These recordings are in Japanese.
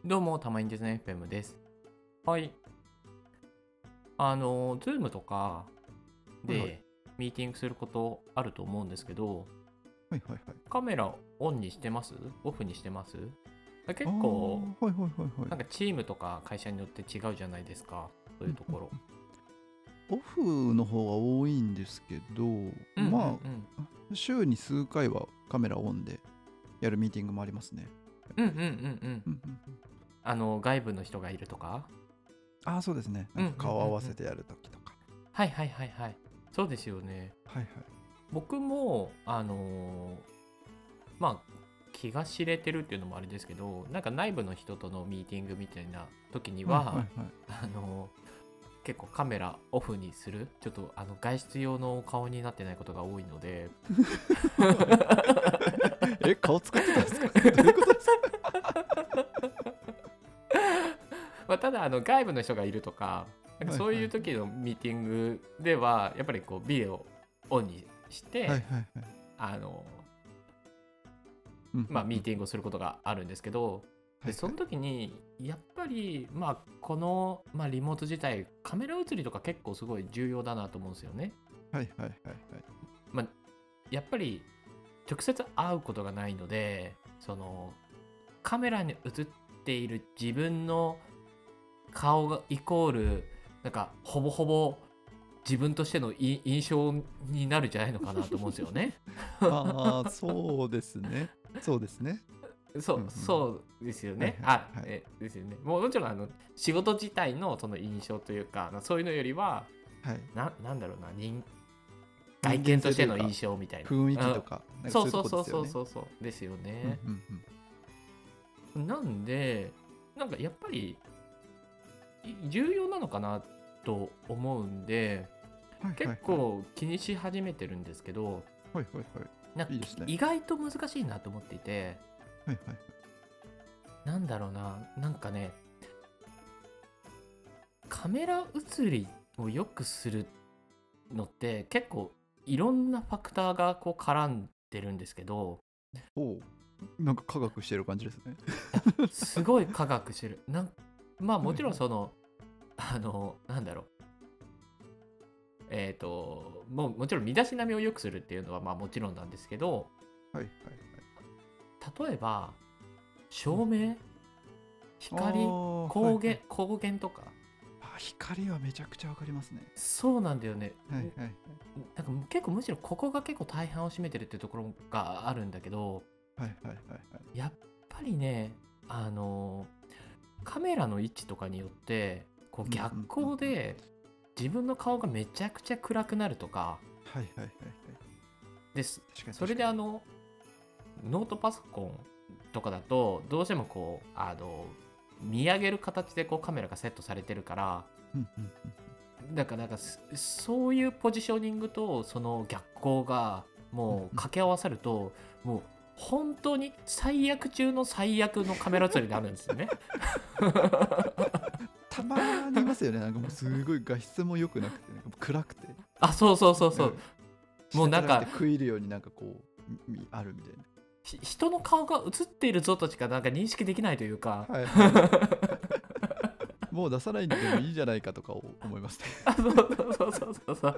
どうも、たまにですね、FM です。はい。Zoom とかはいはい。 でミーティングすることあると思うんですけど、 はいはいはい。 カメラオンにしてます？オフにしてます？ ああ、 結構、 はいはいはいはい。 なんかチームとか会社によって違うじゃないですか。そううんうん。 いうところ。 オフの方が多いんですけど、 うんうんうまん。 あ、週に数回はカメラオンでやるミーティングもありますね。やっぱり。 うんうんうんうん。 うんうんうん。 外部の人がいるとか。 ああ、そうですね。なんかうんうんうん顔合わうん。 せてやるときとか。 はいはいはいはい。そうですよね。 はいはい。 僕も、まあ気が知れてるっていうのもあれですけど、なんか内部の人とのミーティングみたいな時にはいはいは、 はい。 結構カメラオフにする、ちょっと外出用の顔になってないことが多いので顔作ってたんですか？どういうことですか？ まあただ外部の人がいるとか、なんかはいそういうはいはい。 時のミーティングではやっぱりこうビデオオンにしはいて、 はいはい。 あのうんうんうん。 ミーティングをすることがあるんですけど、でそのはいはい。 時にやっぱりこの、リモート自体カメラ映りとか結構すごい重要だなと思うんですよね。 はいはいはいはい。 まあ、やっぱり直接会うことがないので、そのカメラに映っている自分の顔がイコールなんかほぼほぼ自分としての印象になるんじゃないのかなと思うんですよね。 ああ、そうですね。そうですね。うんうん。 そうですよね。 はいはいはい。 ですよね。もちろん仕事自体のその印象というか、そういうのよりは、 はい。 なんだろうな、外人間見と性というか、 しての印象みたいな。 雰囲気とか、なんかそうそういうとそうそうそうこですよね。 そうですようんね。 うんうん。 なんで、なんかやっぱり重要なのかなと思うんで、 はいはいはい。 結構気にし始めてるんですけど、 はいはいはなんかい。いいですね。 意外と難しいなと思っていて、 はいはいはい。 なんだろうな、なんかね、カメラ映りを良くするのって結構いろんなファクターがこう絡んでるんですけど、 おお、なんか科学してる感じですね。 いやすごい科学してる。もちろんはいはい。 なんだろう、もちろん身だしなみを良くするっていうのはもちろんなんですけど、 はいはいはい。 例えばうん。 照明、 あ光、 あ、はいはい。 光源とか、 あ、光はめちゃくちゃわかりますね。 そうなんだよね。 はいはいはい。 なんか結構むしろここが結構大半を占めてるっていうところがあるんだけど、 はいはいはいはい。 やっぱりね、あのカメラの位置とかによってこう逆うんうんうんうん。 光で自分の顔がめちゃくちゃ暗くなるとかはいはいはいはい。 です。それ確かに確かに。 でノートパソコンとかだとどうしてもこう見上げる形でこうカメラがセットされてるから、 うんうんうん。 だからそういうポジショニングとその逆光がうんうん。 もう掛け合わさると、もう本当に最悪中の最悪のカメラ映りになるんですよね。 たまにいますよね。なんかもうすごい画質も良くなくて、なんかもう暗くて、 あ、そうそうそうそう。 うん。下から見てもうなんか食い入るようになんかこう、あるみたいな。 人の顔が映っているぞとしかなんか認識できないというか。 はいはいはい。もう出さないんでもいいじゃないかとか思いますね。 あ、そうそうそうそうそう。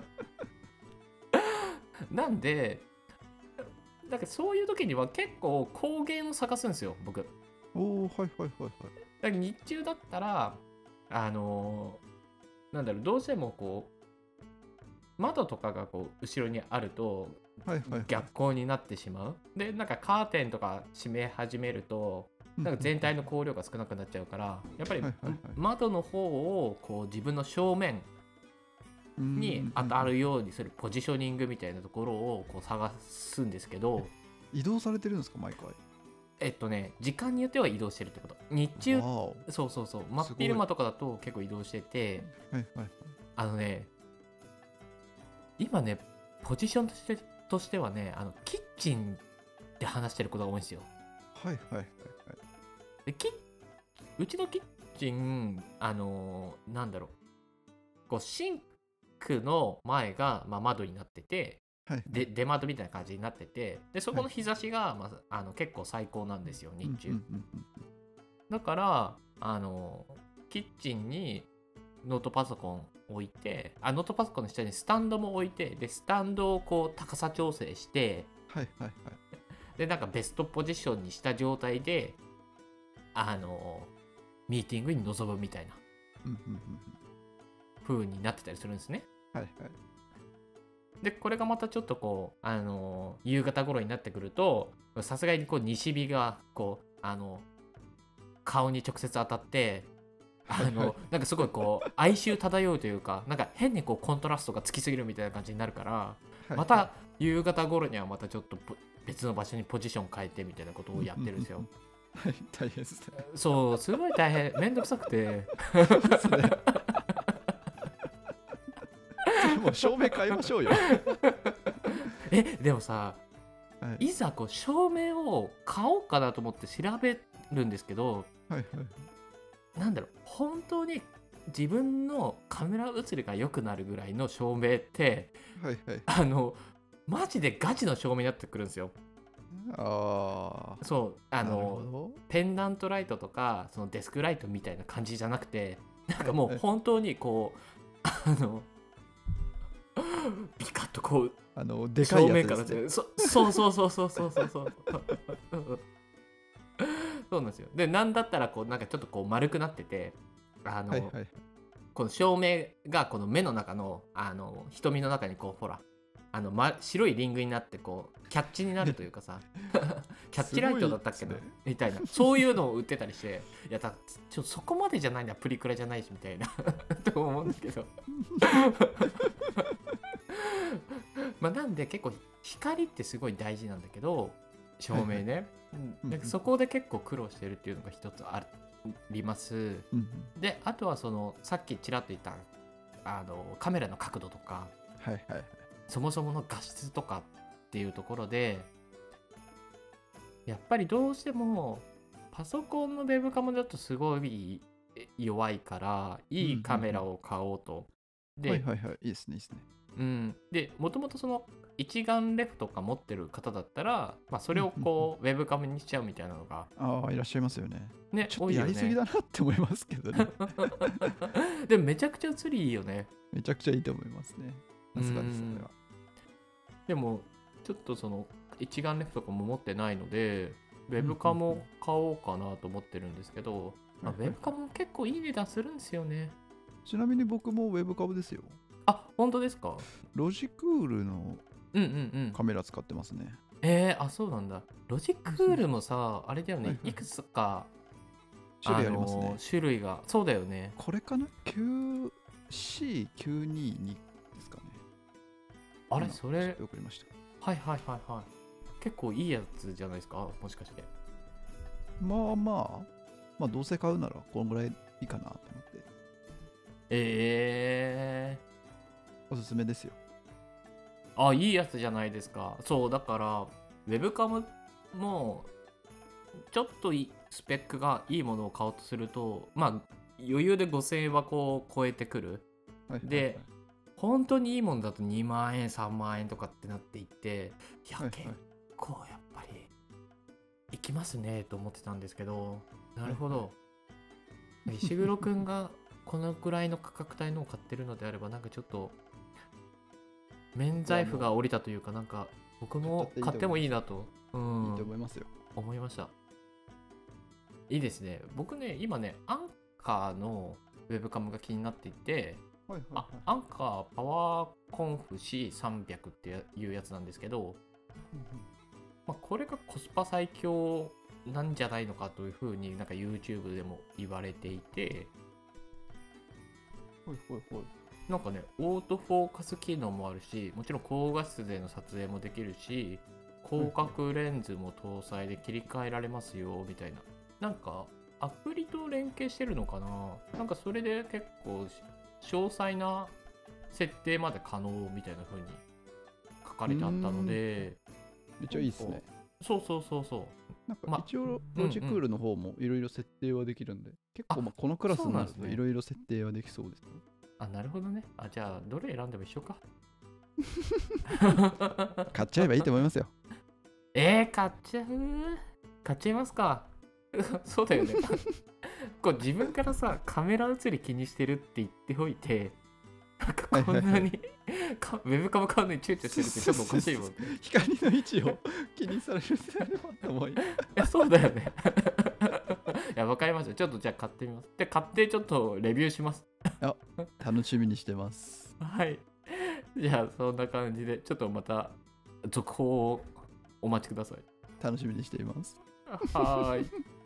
なんで、だからそういう時には結構光源を探すんですよ、僕。だかおお、はいはいはいはい。 ら日中だったら、あのなんだろう、どうしてもこう窓とかがこう後ろにあるとはいはいはい。 逆光になってしまう。で、なんかカーテンとか閉め始めると、 うんなんかうんうん。 全体の光量が少なくなっちゃうから、やっぱりはいはいはい。 窓の方をこう自分の正面うーん、 にうん当たるうんうん。 ようにするポジショニングみたいなところをこう探すんですけど、 移動されてるんですか、毎回。 時間によっては移動してるってこと。日中、 わお、 そうそうそう、真っすごい。 昼間とかだと結構移動してて、 はいはいはい。 あのね、今ね、ポジションとしてはね、キッチンで話してることが多いんですよ。 はいはいはいはい。 で、うちのキッチン、なんだろう、こう、シンクの前が、窓になってて、 はいはい。 で、出窓みたいな感じになってて、で、そはいはい。 この日差しが、結構最高なんですよ、 うんうんうん日中。 うん。 だからキッチンにノートパソコン置いて、ノートパソコンの下にスタンドも置いて、でスタンドをこう高さ調整して、 はいはいはい。 でなんかベストポジションにした状態でミーティングに臨むみたいなうんうんうん風になってたりするんですね。 はいはい。 でこれがまたちょっとこう夕方頃になってくると、さすがにこう西日がこう顔に直接当たってなんかすごいこう哀愁漂うというか、なんか変にこうコントラストがつきすぎるみたいな感じになるから、 はいまた夕方頃にはまたちょっと別の場所にポジション変えてみたいなことをやってるんですよ。 はい、大変ですね。 そう、すごい大変、めんどくさくて。 それもう照明変えましょうよ。 でもさ、 はい、 いざこう照明を買おうかなと思って調べるんですけど、 はいはい。 なんだろう、本当に自分のカメラ映りが良くなるぐらいの照明ってはいはい。 マジでガチの照明になってくるんですよ。 あそう、 あ、なるほど。 ペンダントライトとかそのデスクライトみたいな感じじゃなくて、なんかもうはいはい。 本当にこうビカッとこうでかいや正面からつですね。 そうそうそうそうそうそうそうそうなんですよ。でなんだったらこうなんかちょっとこう丸くなってて、 はいはい。 この照明がこの目の中の瞳の中にこうほら白いリングになってこうキャッチになるというかさキャッチライトだったっけなすごいですね。 みたいな、そういうのを売ってたりして、いやそこまでじゃないな、プリクラじゃないしみたいなと思うんですけどまあなんで結構光ってすごい大事なんだけど、照明ね、 うんうんでそこで結構苦労してるっていうのが一つあります。 うんうん。 であとはそのさっきちらっと言ったカメラの角度とか、 はいはいはい。 そもそもの画質とかっていうところで、やっぱりどうしてもパソコンのウェブカムだとすごい弱いから、 うんうんういいカメラん。 を買おうと。で、 はいはいはい。いいですね、いいですね。 でもともとその一眼レフとか持ってる方だったら、まあ、それをうんうんうん。 こうウェブカムにしちゃうみたいなのがああ、いらっしゃいますよね。 ね、 ちょっと多いよね。 やりすぎだなって思いますけどね。 でもめちゃくちゃ映りいいよね。 めちゃくちゃいいと思いますね。 うさすがです、それん。 は。 でもちょっとその一眼レフとかも持ってないので、ウェうんブカムをうんうん。 買おうかなと思ってるんですけど、 はいはいはい。 ウェブカムも結構いい値段するんですよね。 ちなみに僕もウェブカムですよ。 あ、本当ですか？ ロジクールのうんうんうん。 カメラ使ってますね。 そうなんだ。ロジクそうそうそう。 ールもさ、あれだよね、 はいはいはい。 いくつか、 種類ありますね。 種類が、そうだよね。 これかな？ 9C922 ですかね。 あれ、 今、ちょっそれ、 と送りました。 はいはいはいはい。結構いいやつじゃないですか、もしかして。 まあまあ、まあどうせ買うならこのぐらいいいかなと思って、 えおすすめですよ。 いいやつじゃないですか。そう、だから、ウェブカムも、ちょっとスペックがいいものを買おうとすると、まあ、余裕で5000円はこう超えてくる。 はいはいはい。 で、本当にいいものだと2万円、3万円とかってなっていって、いや、結はいはい。 構やっぱり、いきますねと思ってたんですけど、なはいはい。 るほど。石黒くんがこのくらいの価格帯のを買ってるのであれば、なんかちょっと、免いや、 罪符がも下りたというか、なんか、僕う、買ったっも買ってもていいと思います。 いいなと、 いいと思いますよ。 思いました。いいですね。僕ね、今ね、アンカーのウェブカムが気になっていて、 はいはいはい。 アンカーパワーコンフ C300 っていうやつなんですけど、まあ、これがコスパ最強なんじゃないのかというふうになんか YouTube でも言われていて、 ほいほいほい。 なんかね、オートフォーカス機能もあるし、もちろん高画質での撮影もできるし、広角レンズも搭載で切り替えられますよみたいな。なんかアプリと連携してるのかな、なんかそれで結構詳細な設定まで可能みたいな風に書かれてあったので、 めっちゃいいっすね。 そうそうそうそう。 なんかま、 一応うんうん。 ロジクールの方もいろいろ設定はできるんで、結構あ、 まあこのクラスそうになるといなんですね。 ろいろ設定はできそうですよ。 あ、なるほどね。じゃあ、どれ選んでも一緒か。 買っちゃえばいいと思いますよ。 買っちゃう買っちゃいますか。 そうだよね。こう自分からさ、カメラ映り気にしてるって言っておいて、なんかこんなにウェブカム買うのに躊躇してるってちょっとおかしいもんね。 光の位置を気にされるってなればと思い。 そうだよね。いや、わかりました。ちょっとじゃあ買ってみます。で、買ってちょっとレビューします。 楽しみにしてます。 はい。じゃあ、そんな感じで、ちょっとまた続報をお待ちください。 楽しみにしています。 はーい。